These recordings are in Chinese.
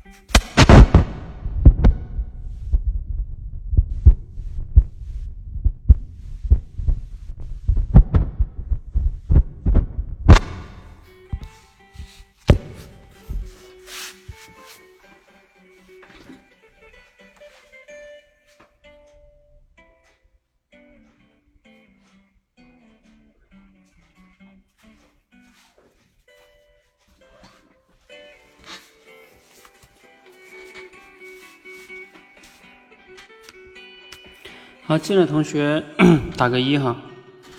好，进来同学打个1哈。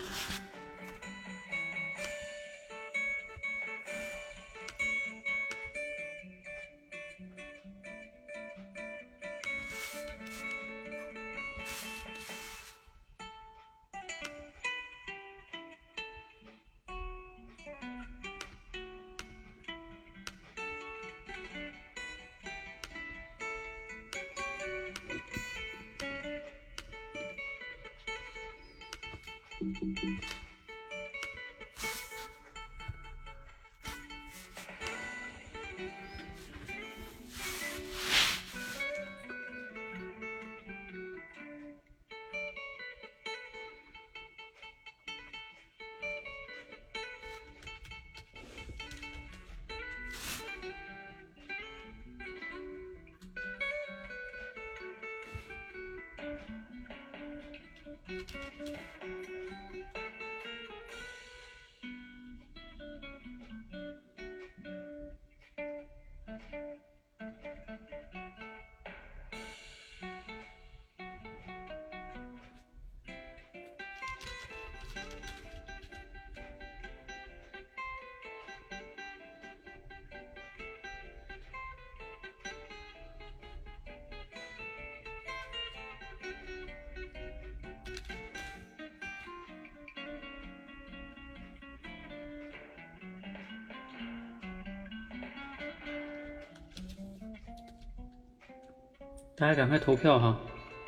大家赶快投票哈！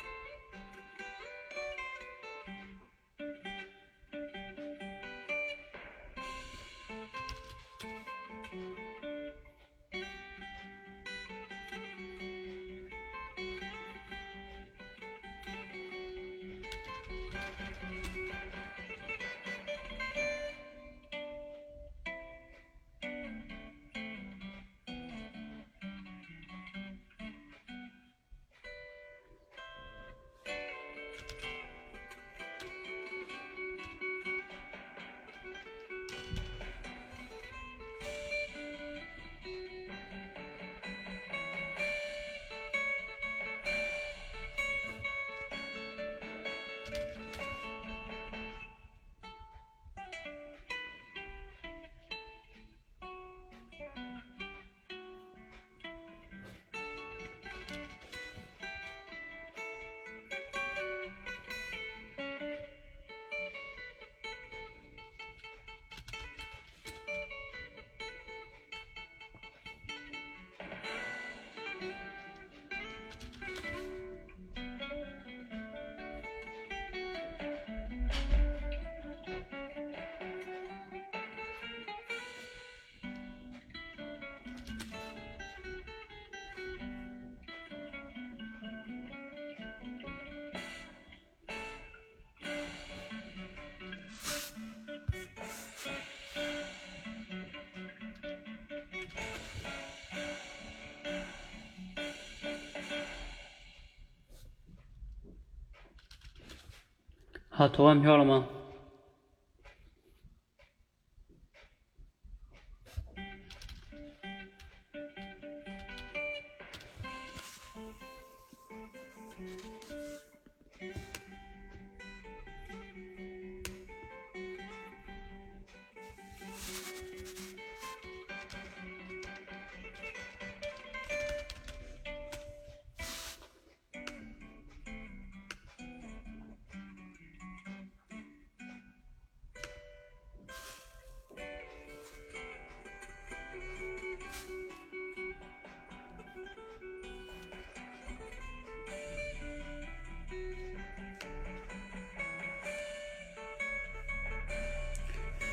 好，投完票了吗？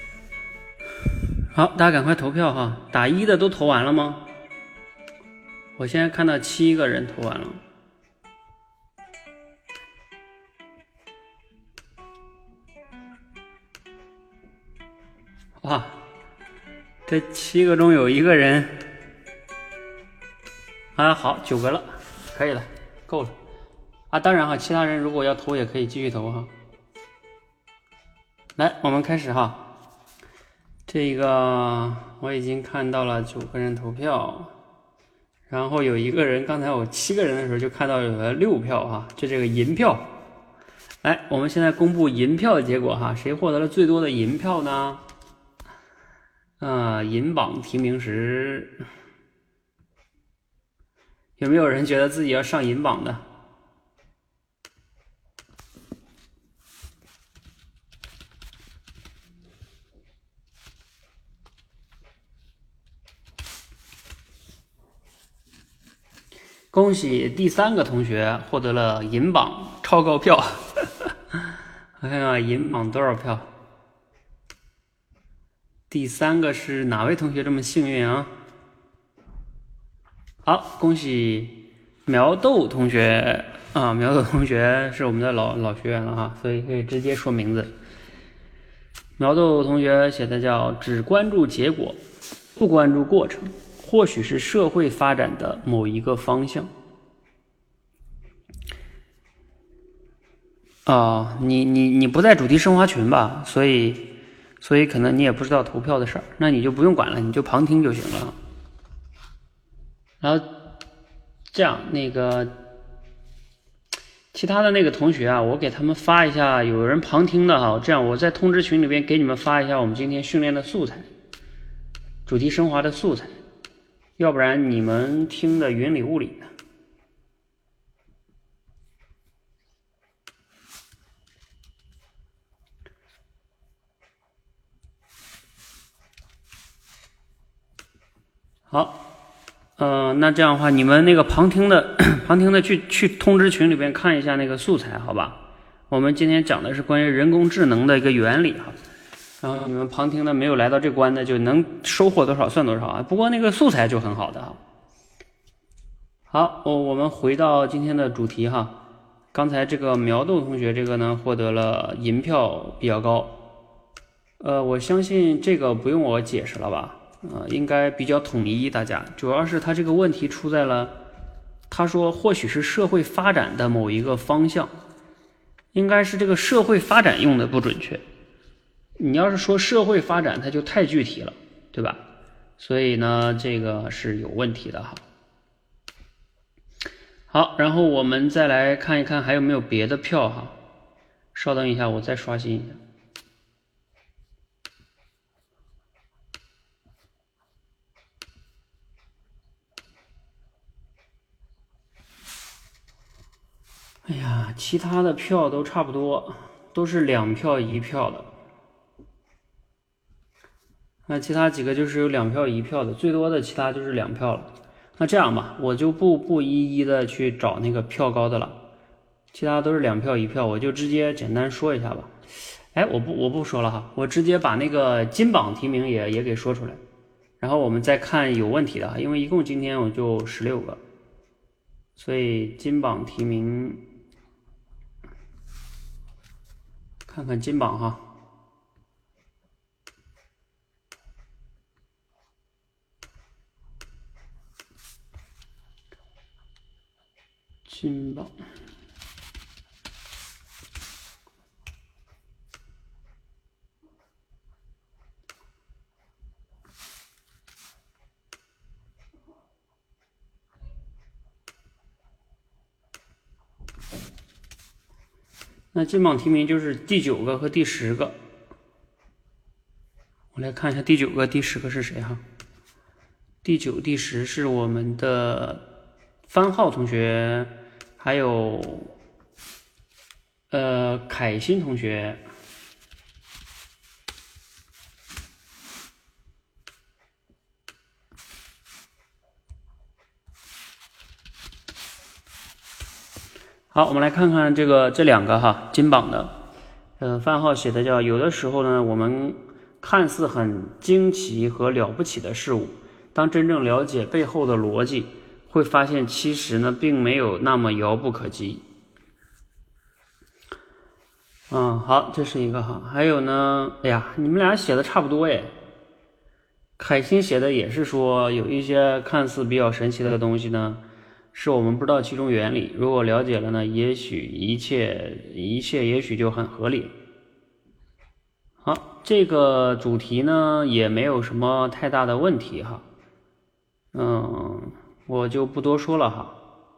好，大家赶快投票哈！打1的都投完了吗？ 我现在看到7个人投完了。哇，这7个中有1个人啊，好，9个了，可以了，够了啊。当然哈，其他人如果要投也可以继续投哈。来，我们开始哈。这个我已经看到了9个人投票，然后有1个人，刚才我7个人的时候就看到有了6票哈，就这个银票。来，我们现在公布银票的结果哈，谁获得了最多的银票呢？银榜提名时，有没有人觉得自己要上银榜的？恭喜第3个同学获得了银榜超高票。我看看银榜多少票？第3个是哪位同学这么幸运啊？好，恭喜苗豆同学啊！苗豆同学是我们的老学员了哈，所以可以直接说名字。苗豆同学写的叫只关注结果，不关注过程，或许是社会发展的某一个方向。你不在主题升华群吧？所以可能你也不知道投票的事儿，那你就不用管了，你就旁听就行了。然后这样，那个其他的那个同学啊，我给他们发一下，有人旁听的哈，这样我在通知群里边给你们发一下我们今天训练的素材，主题升华的素材，要不然你们听的云里雾里的。好，那这样的话，你们那个旁听的去通知群里边看一下那个素材，好吧？我们今天讲的是关于人工智能的一个原理哈。然后你们旁听的没有来到这关的，就能收获多少算多少啊。不过那个素材就很好的哈。好，我们回到今天的主题哈。刚才这个苗豆同学这个呢，获得了银票比较高。我相信这个不用我解释了吧？应该比较统一，大家主要是他这个问题出在了，他说或许是社会发展的某一个方向，应该是这个社会发展用的不准确。你要是说社会发展，它就太具体了，对吧？所以呢，这个是有问题的哈。好，然后我们再来看一看还有没有别的票哈。稍等一下，我再刷新一下。哎呀，其他的票都差不多，都是2票1票的。那其他几个就是有2票1票的，最多的其他就是2票了。那这样吧，我就不一一的去找那个票高的了，其他都是2票1票，我就直接简单说一下吧。哎，我不说了哈，我直接把那个金榜题名也给说出来，然后我们再看有问题的哈，因为一共今天我就16个，所以金榜题名。看看金榜哈，金榜，那金榜题名就是第9个和第10个。我来看一下第9个、第10个是谁哈？第9、第10是我们的番号同学，还有凯欣同学。好，我们来看看这2个哈，金榜的，番号写的叫有的时候呢，我们看似很惊奇和了不起的事物，当真正了解背后的逻辑， 会发现其实呢并没有那么遥不可及。好，这是一个哈。还有呢，哎呀，你们俩写的差不多耶。凯欣写的也是说有一些看似比较神奇的东西呢，是我们不知道其中原理，如果了解了呢，也许一切也许就很合理。好，这个主题呢也没有什么太大的问题哈，我就不多说了哈。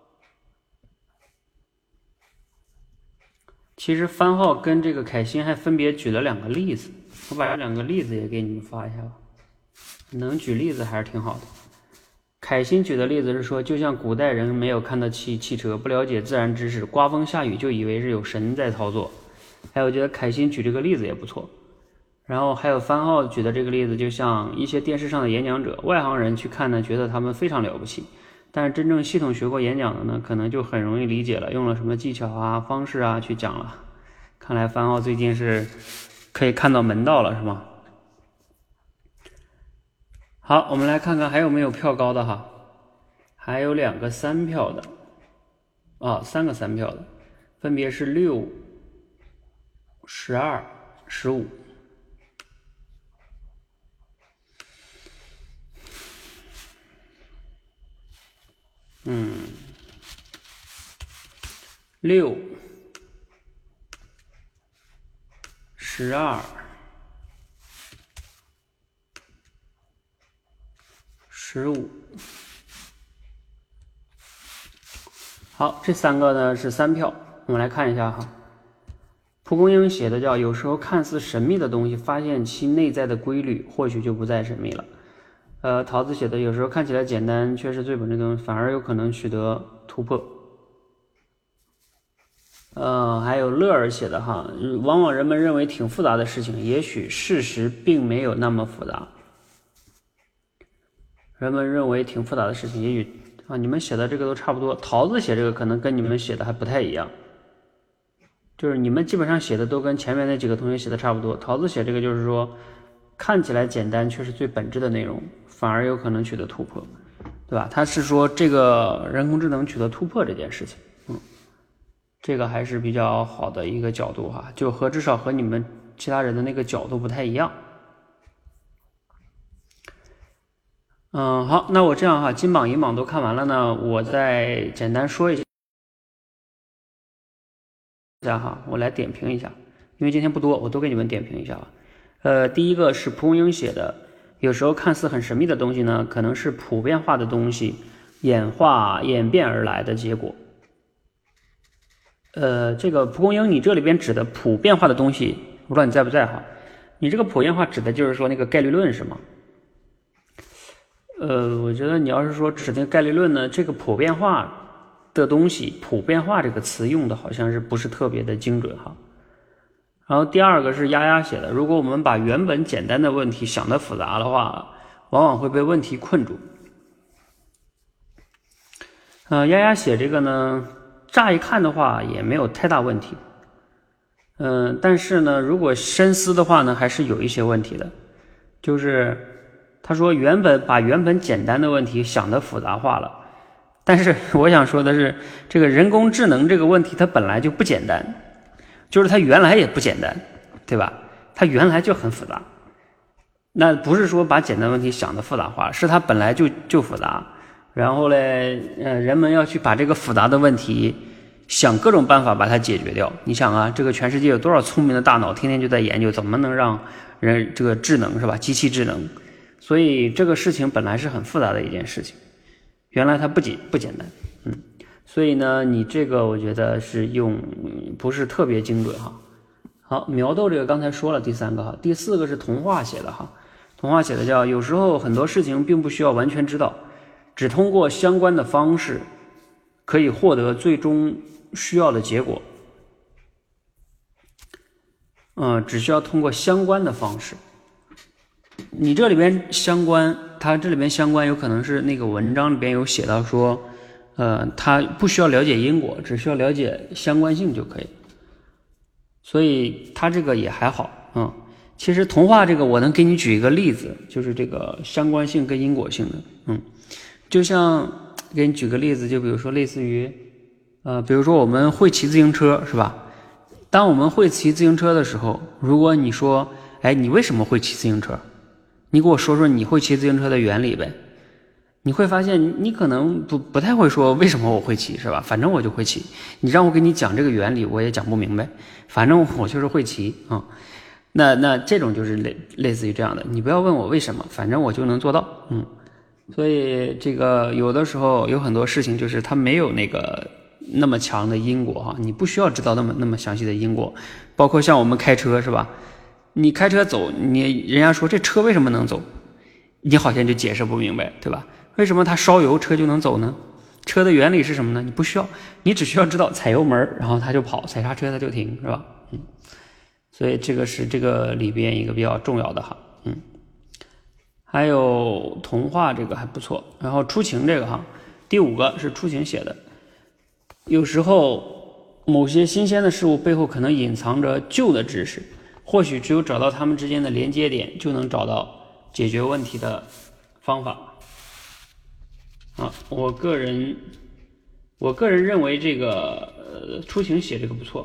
其实番号跟这个凯欣还分别举了2个例子，我把这2个例子也给你们发一下吧。能举例子还是挺好的。凯欣举的例子是说，就像古代人没有看到汽车，不了解自然知识，刮风下雨就以为是有神在操作。还有我觉得凯欣举这个例子也不错。然后还有番号举的这个例子，就像一些电视上的演讲者，外行人去看呢，觉得他们非常了不起，但是真正系统学过演讲的呢，可能就很容易理解了，用了什么技巧啊、方式啊去讲了。看来番号最近是可以看到门道了，是吗？好，我们来看看还有没有票高的哈，还有2个3票的，3个3票的，分别是6、12、15。6、12、15。好，这3个呢是3票，我们来看一下哈。蒲公英写的叫有时候看似神秘的东西，发现其内在的规律，或许就不再神秘了。桃子写的有时候看起来简单，却是最本质的东西，反而有可能取得突破。还有乐儿写的哈，往往人们认为挺复杂的事情，也许事实并没有那么复杂。人们认为挺复杂的事情，也许你们写的这个都差不多。桃子写这个可能跟你们写的还不太一样，就是你们基本上写的都跟前面那几个同学写的差不多。桃子写这个就是说，看起来简单，却是最本质的内容，反而有可能取得突破，对吧？他是说这个人工智能取得突破这件事情，这个还是比较好的一个角度哈，就至少和你们其他人的那个角度不太一样。好，那我这样哈，金榜银榜都看完了呢，我再简单说一下哈，我来点评一下，因为今天不多，我都给你们点评一下吧。第一个是蒲公英写的，有时候看似很神秘的东西呢，可能是普遍化的东西演变而来的结果。这个蒲公英，你这里边指的普遍化的东西，不知道你在不在哈？你这个普遍化指的就是说那个概率论是吗？我觉得你要是说指那个概率论呢，这个普遍化的东西，普遍化这个词用的好像是不是特别的精准哈。然后第二个是丫丫写的，如果我们把原本简单的问题想得复杂的话，往往会被问题困住。丫丫写这个呢，乍一看的话也没有太大问题，但是呢，如果深思的话呢，还是有一些问题的。就是他说把原本简单的问题想得复杂化了，但是我想说的是，这个人工智能这个问题它本来就不简单，就是它原来也不简单，对吧？它原来就很复杂。那不是说把简单问题想得复杂化，是它本来就复杂。然后呢，人们要去把这个复杂的问题想各种办法把它解决掉。你想啊，这个全世界有多少聪明的大脑，天天就在研究怎么能让人这个智能是吧？机器智能。所以这个事情本来是很复杂的一件事情，原来它不简单，所以呢，你这个我觉得是不是特别精准哈。好，苗豆这个刚才说了第3个哈，第4个是童话写的哈，童话写的叫有时候很多事情并不需要完全知道，只通过相关的方式可以获得最终需要的结果。只需要通过相关的方式。你这里边相关，它这里边相关有可能是那个文章里边有写到说，它不需要了解因果，只需要了解相关性就可以。所以它这个也还好。其实童话这个我能给你举一个例子，就是这个相关性跟因果性的。就像给你举个例子，就比如说类似于，比如说我们会骑自行车是吧？当我们会骑自行车的时候，如果你说，哎，你为什么会骑自行车？你给我说说你会骑自行车的原理呗。你会发现你可能不太会说为什么我会骑是吧？反正我就会骑，你让我给你讲这个原理我也讲不明白，反正我就是会骑啊。那这种就是类似于这样的，你不要问我为什么，反正我就能做到。所以这个有的时候有很多事情就是它没有那么强的因果哈，你不需要知道那么详细的因果。包括像我们开车是吧？你开车走，人家说这车为什么能走，你好像就解释不明白，对吧？为什么它烧油车就能走呢？车的原理是什么呢？你不需要，你只需要知道踩油门，然后它就跑，踩刹车它就停，是吧？所以这个是这个里边一个比较重要的哈。还有童话这个还不错，然后出行这个哈，第5个是出行写的。有时候某些新鲜的事物背后可能隐藏着旧的知识，或许只有找到它们之间的连接点，就能找到解决问题的方法。我个人认为这个出行写这个不错。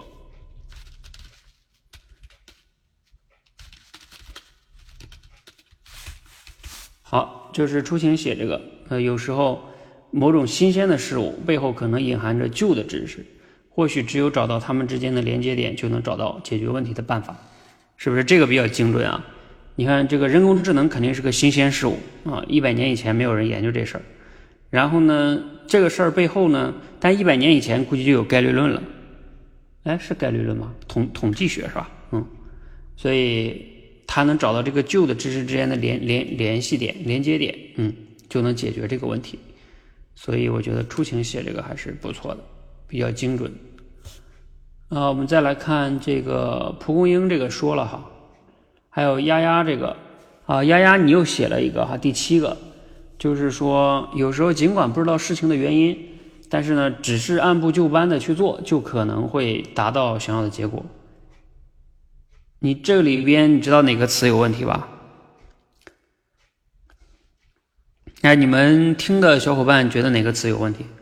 好，就是出行写这个，有时候某种新鲜的事物背后可能隐含着旧的知识，或许只有找到它们之间的连接点，就能找到解决问题的办法，是不是？这个比较精准啊。你看这个人工智能肯定是个新鲜事物啊，100年以前没有人研究这事儿。然后呢，这个事儿背后呢，但100年以前估计就有概率论了。哎，是概率论吗？统计学是吧？所以他能找到这个旧的知识之间的联系点、连接点，就能解决这个问题。所以我觉得出行写这个还是不错的，比较精准。我们再来看这个蒲公英这个说了哈，还有丫丫这个丫丫你又写了一个哈，第7个，就是说有时候尽管不知道事情的原因，但是呢，只是按部就班的去做，就可能会达到想要的结果。你这里边你知道哪个词有问题吧？你们听的小伙伴觉得哪个词有问题？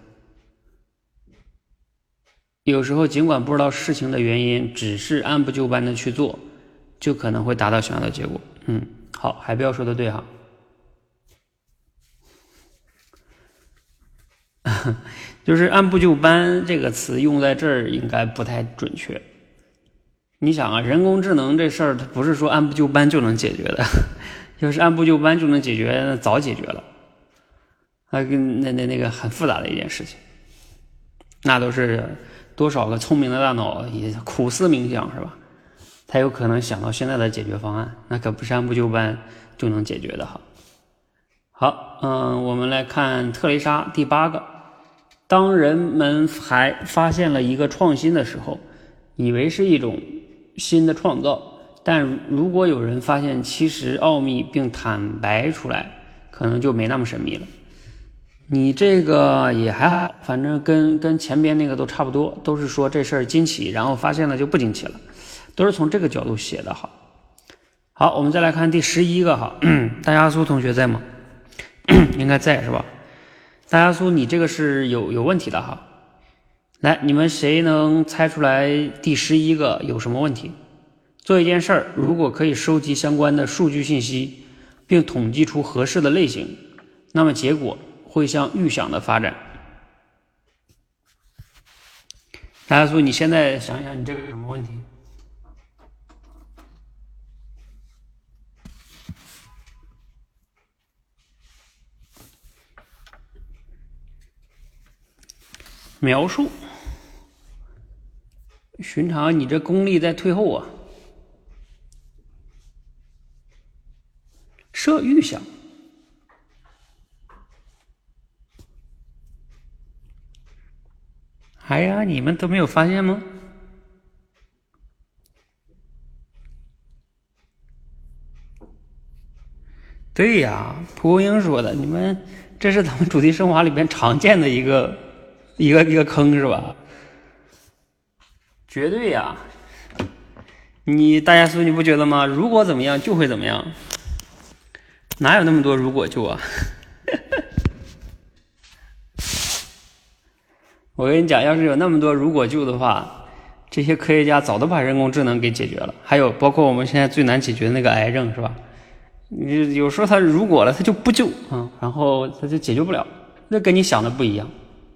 有时候尽管不知道事情的原因，只是按部就班的去做，就可能会达到想要的结果。好，海标说的对哈。就是按部就班这个词用在这儿应该不太准确。你想啊，人工智能这事儿它不是说按部就班就能解决的，要是按部就班就能解决，那早解决了。那个很复杂的一件事情，那都是多少个聪明的大脑也苦思冥想是吧？才有可能想到现在的解决方案，那可不是按部就班就能解决的哈。好，我们来看特蕾莎第8个。当人们还发现了一个创新的时候，以为是一种新的创造，但如果有人发现其实奥秘并坦白出来，可能就没那么神秘了。你这个也还好，反正跟前边那个都差不多，都是说这事儿惊奇，然后发现了就不惊奇了，都是从这个角度写的哈。好，我们再来看第11个哈，大家苏同学在吗？应该在是吧？大家苏，你这个是有问题的哈。来，你们谁能猜出来第11个有什么问题？做一件事儿，如果可以收集相关的数据信息，并统计出合适的类型，那么结果会向预想的发展。大家苏，你现在想想你这个有什么问题？描述，寻常你这功力在退后啊。设预想，哎呀，你们都没有发现吗？对呀，蒲公英说的，你们这是咱们主题升华里边常见的一个坑是吧？绝对呀！大家苏你不觉得吗？如果怎么样就会怎么样，哪有那么多如果就啊？ 我跟你讲，要是有那么多如果就的话，这些科学家早都把人工智能给解决了。还有包括我们现在最难解决的那个癌症，是吧？你有时候他如果了，他就不救啊，然后他就解决不了，那跟你想的不一样。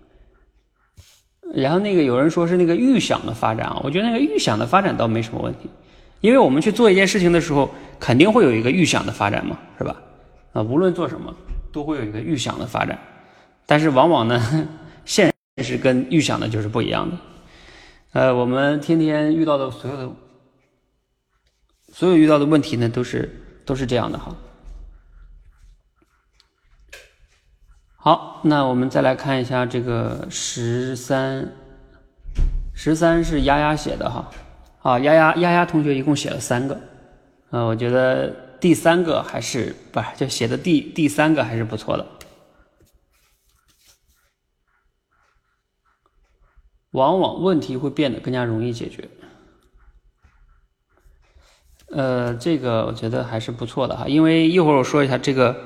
然后那个有人说是那个预想的发展啊，我觉得那个预想的发展倒没什么问题，因为我们去做一件事情的时候，肯定会有一个预想的发展嘛，是吧？啊，无论做什么都会有一个预想的发展，但是往往呢，现实跟预想的就是不一样的。我们天天遇到的所有遇到的问题呢，都是这样的哈。好，那我们再来看一下这个13是丫丫写的哈。啊，丫丫同学一共写了3个，我觉得第3个还是不是就写的第3个还是不错的。往往问题会变得更加容易解决。这个我觉得还是不错的哈，因为一会儿我说一下这个，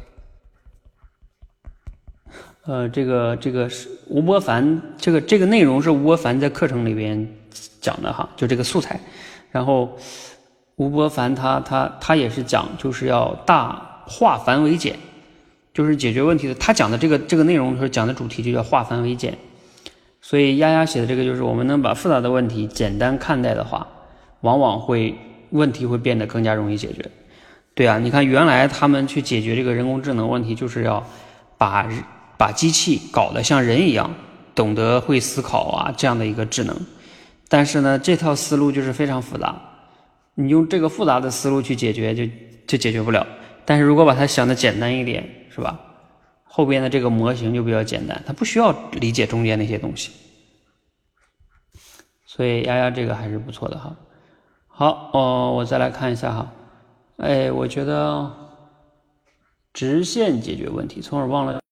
这个是吴伯凡，这个内容是吴伯凡在课程里边讲的哈，就这个素材。然后吴伯凡他也是讲，就是要大化繁为简，就是解决问题的。他讲的这个内容的时候讲的主题就叫化繁为简。所以丫丫写的这个就是我们能把复杂的问题简单看待的话，往往问题会变得更加容易解决。对啊，你看原来他们去解决这个人工智能问题，就是要把机器搞得像人一样，懂得会思考啊，这样的一个智能。但是呢，这套思路就是非常复杂，你用这个复杂的思路去解决就解决不了。但是如果把它想的简单一点，是吧？后边的这个模型就比较简单，它不需要理解中间那些东西。所以丫丫这个还是不错的哈。好，我再来看一下哈。我觉得直线解决问题，从而忘了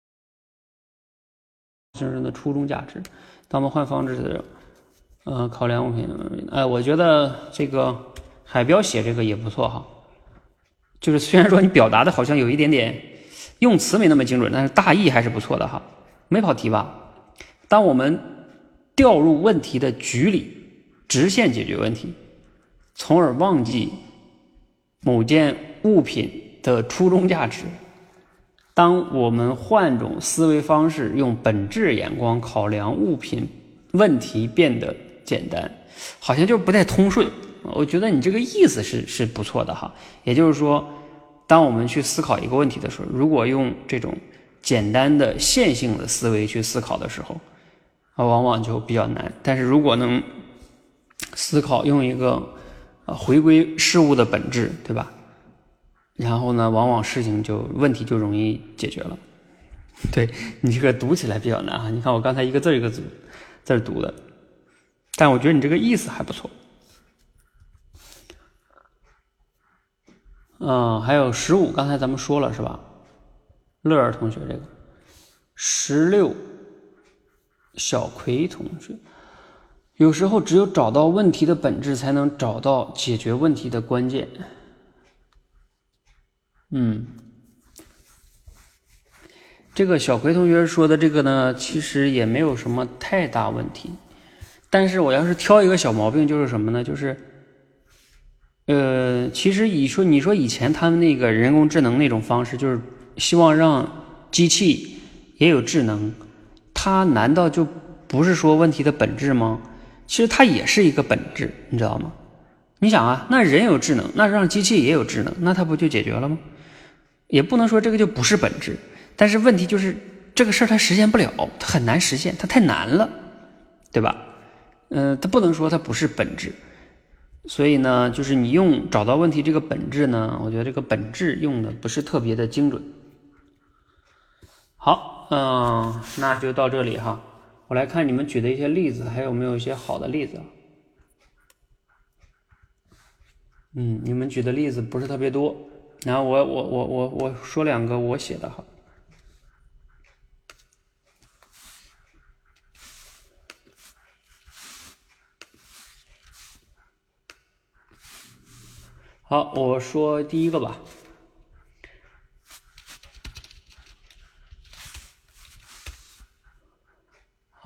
真正的初衷价值。当我们换方式考量物品，我觉得这个海标写这个也不错哈。就是虽然说你表达的好像有一点点用词没那么精准，但是大意还是不错的哈，没跑题吧？当我们掉入问题的局里，直线解决问题，从而忘记某件物品的初衷价值。当我们换种思维方式，用本质眼光考量物品，问题变得简单，好像就是不太通顺。我觉得你这个意思是不错的哈。也就是说，当我们去思考一个问题的时候，如果用这种简单的线性的思维去思考的时候，往往就比较难。但是如果能思考用一个回归事物的本质，对吧？然后呢，往往问题就容易解决了。对，你这个读起来比较难啊！你看我刚才一个字一个字读的，但我觉得你这个意思还不错。还有15，刚才咱们说了是吧？乐儿同学这个16，小葵同学，有时候只有找到问题的本质，才能找到解决问题的关键。这个小葵同学说的这个呢，其实也没有什么太大问题。但是我要是挑一个小毛病，就是什么呢？就是其实你说以前他们那个人工智能那种方式，就是希望让机器也有智能，它难道就不是说问题的本质吗？其实它也是一个本质，你知道吗？你想啊，那人有智能，那让机器也有智能，那它不就解决了吗？也不能说这个就不是本质，但是问题就是这个事儿它实现不了，它很难实现，它太难了，对吧？它不能说它不是本质。所以呢，就是你找到问题这个本质呢，我觉得这个本质用的不是特别的精准。好，那就到这里哈。我来看你们举的一些例子，还有没有一些好的例子？你们举的例子不是特别多，然后我说2个我写的哈。好，我说第一个吧。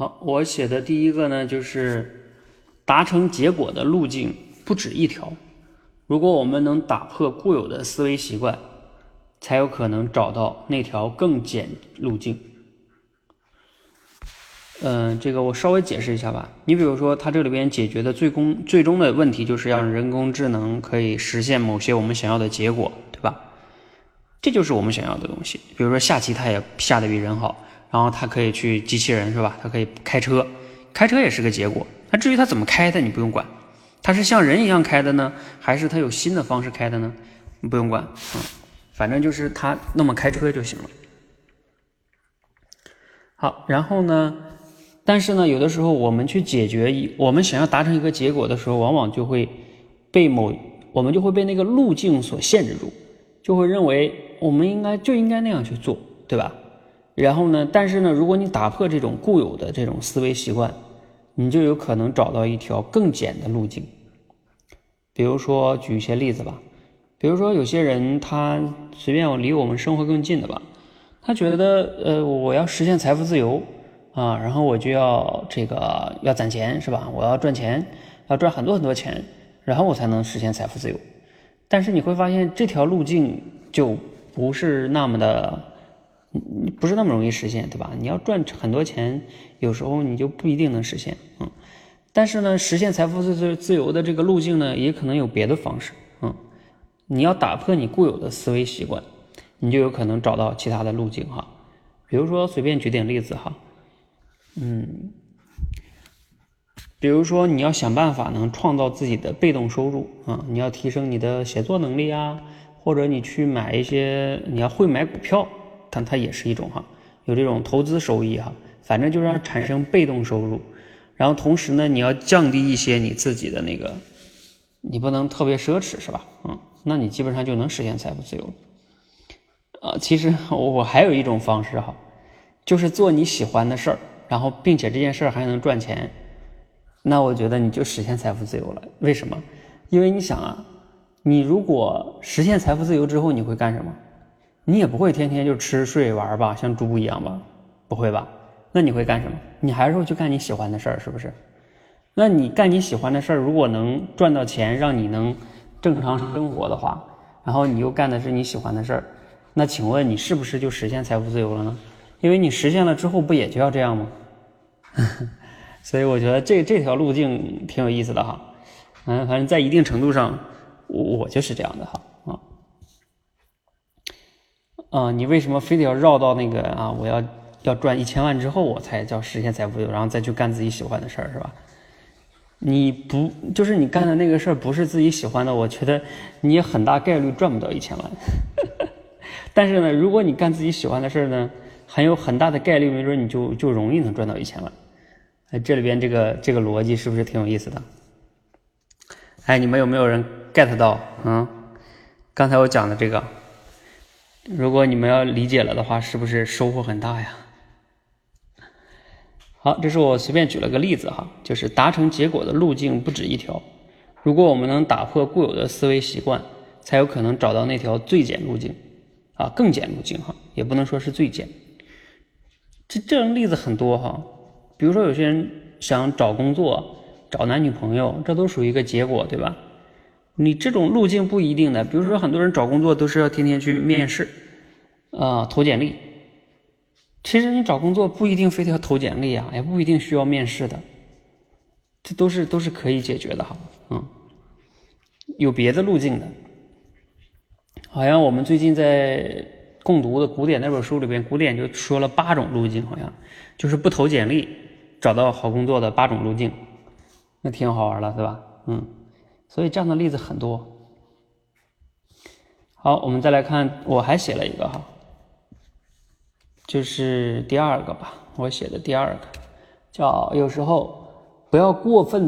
好，我写的第一个呢，就是达成结果的路径不止一条。如果我们能打破固有的思维习惯，才有可能找到那条更简路径。这个我稍微解释一下吧。你比如说，它这里边解决的最终的问题，就是让人工智能可以实现某些我们想要的结果，对吧？这就是我们想要的东西。比如说下棋，它也下得比人好，然后它可以去机器人，是吧？它可以开车，开车也是个结果。那至于它怎么开的，你不用管。它是像人一样开的呢，还是它有新的方式开的呢？你不用管，反正就是它那么开车就行了。好，然后呢？但是呢，有的时候我们去解决我们想要达成一个结果的时候，往往就会我们就会被那个路径所限制住，就会认为我们应该那样去做，对吧？然后呢，但是呢，如果你打破这种固有的这种思维习惯，你就有可能找到一条更简的路径。比如说举一些例子吧，比如说有些人他随便离我们生活更近的吧，他觉得我要实现财富自由啊，然后我就要要攒钱，是吧？我要赚钱，要赚很多很多钱，然后我才能实现财富自由。但是你会发现这条路径就不是那么容易实现，对吧？你要赚很多钱，有时候你就不一定能实现。但是呢，实现财富自由的这个路径呢，也可能有别的方式。你要打破你固有的思维习惯，你就有可能找到其他的路径哈。比如说随便举点例子哈。比如说你要想办法能创造自己的被动收入啊，你要提升你的写作能力啊，或者你去买一些，你要会买股票，但它也是一种哈，有这种投资收益哈，反正就是要产生被动收入。然后同时呢，你要降低一些你自己的你不能特别奢侈，是吧？那你基本上就能实现财富自由。其实我还有一种方式哈，就是做你喜欢的事儿。然后并且这件事还能赚钱，那我觉得你就实现财富自由了。为什么？因为你想啊，你如果实现财富自由之后你会干什么？你也不会天天就吃睡玩吧，像猪一样吧？不会吧？那你会干什么？你还是会去干你喜欢的事儿，是不是？那你干你喜欢的事儿，如果能赚到钱，让你能正常生活的话，然后你又干的是你喜欢的事儿，那请问你是不是就实现财富自由了呢？因为你实现了之后不也就要这样吗？所以我觉得这条路径挺有意思的哈。反正在一定程度上我就是这样的哈。你为什么非得要绕到我要赚1000万之后我才叫实现财富自由，然后再去干自己喜欢的事儿，是吧？你干的那个事儿不是自己喜欢的，我觉得你也很大概率赚不到1000万。但是呢，如果你干自己喜欢的事儿呢，还有很大的概率，没准你就容易能赚到1000万。这里边这个逻辑是不是挺有意思的？你们有没有人 get 到？刚才我讲的这个，如果你们要理解了的话，是不是收获很大呀？好，这是我随便举了个例子哈，就是达成结果的路径不止一条。如果我们能打破固有的思维习惯，才有可能找到那条最简路径更简路径哈，也不能说是最简。这种例子很多哈，比如说有些人想找工作、找男女朋友，这都属于一个结果，对吧？你这种路径不一定的，比如说很多人找工作都是要天天去面试投简历。其实你找工作不一定非得要投简历也不一定需要面试的，这都是可以解决的哈。有别的路径的。好像我们最近在共读的古典那本书里边，古典就说了8种路径，好像就是不投简历找到好工作的8种路径，那挺好玩的，对吧？所以这样的例子很多。好，我们再来看，我还写了一个哈，就是第2个吧，我写的第2个叫有时候不要过分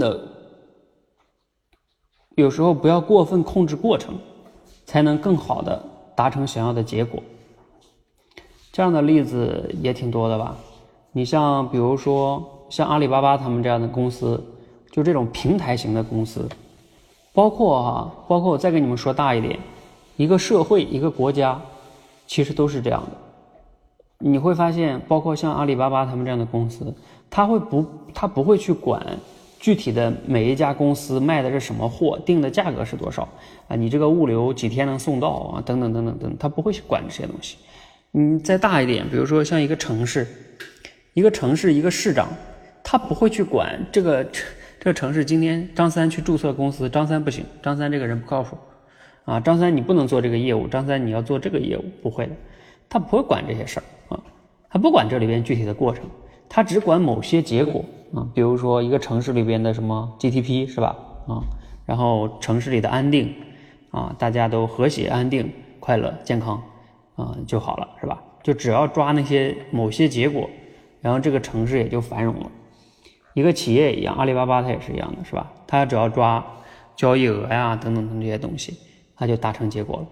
控制过程，才能更好的达成想要的结果。这样的例子也挺多的吧？你像比如说像阿里巴巴他们这样的公司，就这种平台型的公司，包括我再跟你们说大一点，一个社会一个国家其实都是这样的。你会发现包括像阿里巴巴他们这样的公司， 他不会去管具体的每一家公司卖的是什么货，定的价格是多少啊，你这个物流几天能送到啊，等等等等等，他不会去管这些东西。再大一点，比如说像一个城市一个市长，他不会去管这个城市今天张三去注册公司，张三不行，张三这个人不靠谱啊，张三你不能做这个业务，张三你要做这个业务，不会的，他不会管这些事儿啊，他不管这里边具体的过程，他只管某些结果啊，比如说一个城市里边的什么 GDP 是吧啊，然后城市里的安定啊，大家都和谐安定快乐健康啊就好了是吧，就只要抓那些某些结果，然后这个城市也就繁荣了。一个企业也一样，阿里巴巴它也是一样的是吧，它只要抓交易额呀等等等这些东西，它就达成结果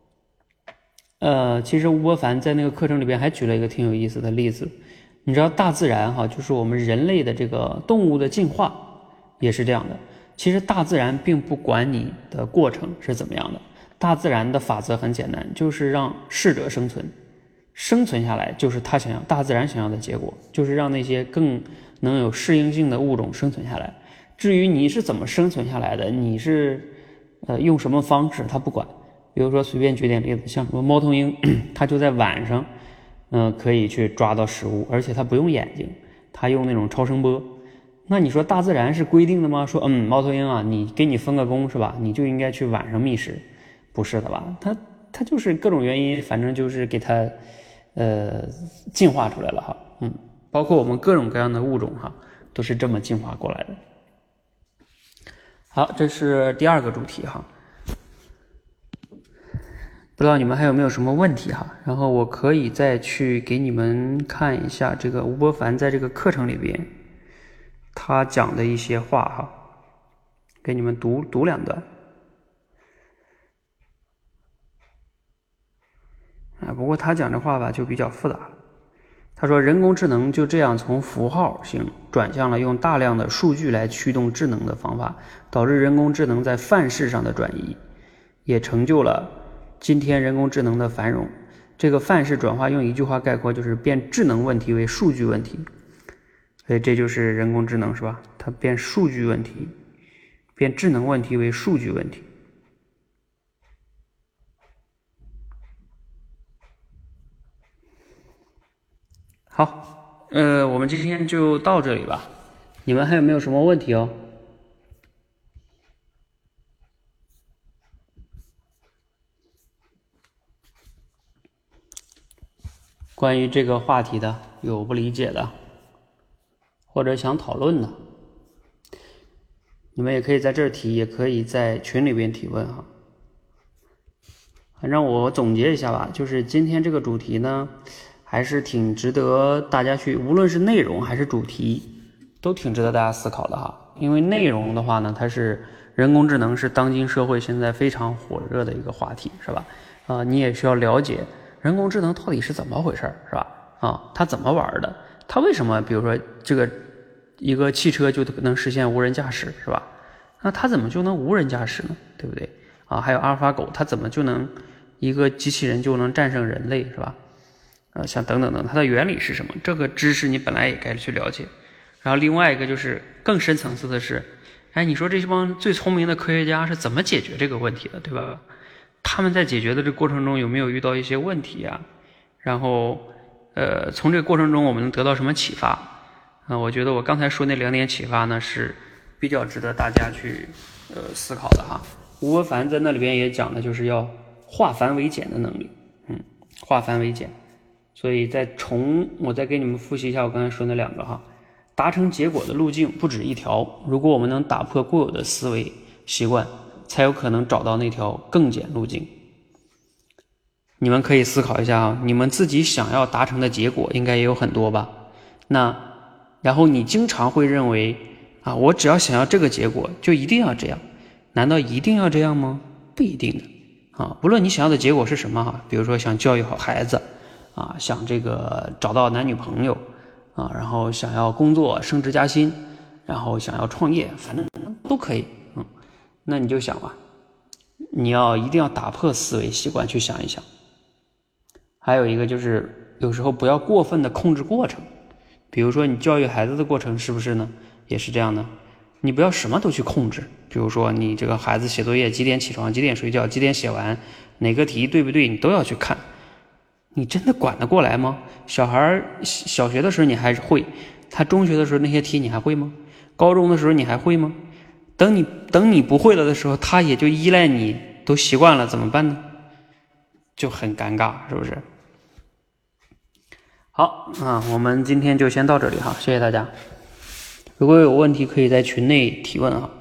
了。其实吴伯凡在那个课程里边还举了一个挺有意思的例子，你知道大自然哈，就是我们人类的这个动物的进化也是这样的，其实大自然并不管你的过程是怎么样的，大自然的法则很简单，就是让适者生存，生存下来就是大自然想要的结果，就是让那些更能有适应性的物种生存下来。至于你是怎么生存下来的，你是用什么方式，他不管。比如说随便举点例子，像什么猫头鹰，它就在晚上可以去抓到食物，而且它不用眼睛，它用那种超声波。那你说大自然是规定的吗？说猫头鹰啊，给你分个工是吧，你就应该去晚上觅食，不是的吧，它就是各种原因，反正就是给它进化出来了哈。包括我们各种各样的物种哈，都是这么进化过来的。好，这是第二个主题哈，不知道你们还有没有什么问题哈，然后我可以再去给你们看一下这个吴伯凡在这个课程里边他讲的一些话哈，给你们读两段啊，不过他讲这话吧就比较复杂了。他说人工智能就这样从符号型转向了用大量的数据来驱动智能的方法，导致人工智能在范式上的转移，也成就了今天人工智能的繁荣。这个范式转化用一句话概括，就是变智能问题为数据问题。所以这就是人工智能是吧，它变数据问题，变智能问题为数据问题。好，我们今天就到这里吧。你们还有没有什么问题哦？关于这个话题的，有不理解的，或者想讨论的，你们也可以在这儿提，也可以在群里边提问哈。反正我总结一下吧，就是今天这个主题呢，还是挺值得大家去，无论是内容还是主题，都挺值得大家思考的哈。因为内容的话呢，它是人工智能是当今社会现在非常火热的一个话题，是吧？你也需要了解人工智能到底是怎么回事，是吧？它怎么玩的？它为什么比如说这个一个汽车就能实现无人驾驶，是吧？那它怎么就能无人驾驶呢？对不对？还有阿尔法狗，它怎么就能一个机器人就能战胜人类，是吧？像等等等，它的原理是什么？这个知识你本来也该去了解。然后另外一个就是更深层次的是，你说这帮最聪明的科学家是怎么解决这个问题的，对吧？他们在解决的这个过程中有没有遇到一些问题啊？然后从这个过程中我们能得到什么启发？我觉得我刚才说那2点启发呢是比较值得大家去思考的哈。吴伯凡在那里边也讲的就是要化繁为简的能力，化繁为简。所以我再给你们复习一下我刚才说那2个哈，达成结果的路径不止一条，如果我们能打破固有的思维习惯，才有可能找到那条更简路径。你们可以思考一下啊，你们自己想要达成的结果应该也有很多吧？然后你经常会认为我只要想要这个结果就一定要这样，难道一定要这样吗？不一定的不论你想要的结果是什么比如说想教育好孩子想这个找到男女朋友然后想要工作升职加薪，然后想要创业，反正都可以那你就想吧，你一定要打破思维习惯去想一想。还有一个就是有时候不要过分的控制过程， 比如说你教育孩子的过程是不是呢？也是这样的，你不要什么都去控制。比如说你这个孩子写作业几点起床，几点睡觉，几点写完，哪个题对不对，你都要去看。你真的管得过来吗？小孩小学的时候你还会，他中学的时候那些题你还会吗？高中的时候你还会吗？等你不会了的时候，他也就依赖你，都习惯了，怎么办呢？就很尴尬，是不是？好啊，我们今天就先到这里哈，谢谢大家。如果有问题可以在群内提问哈。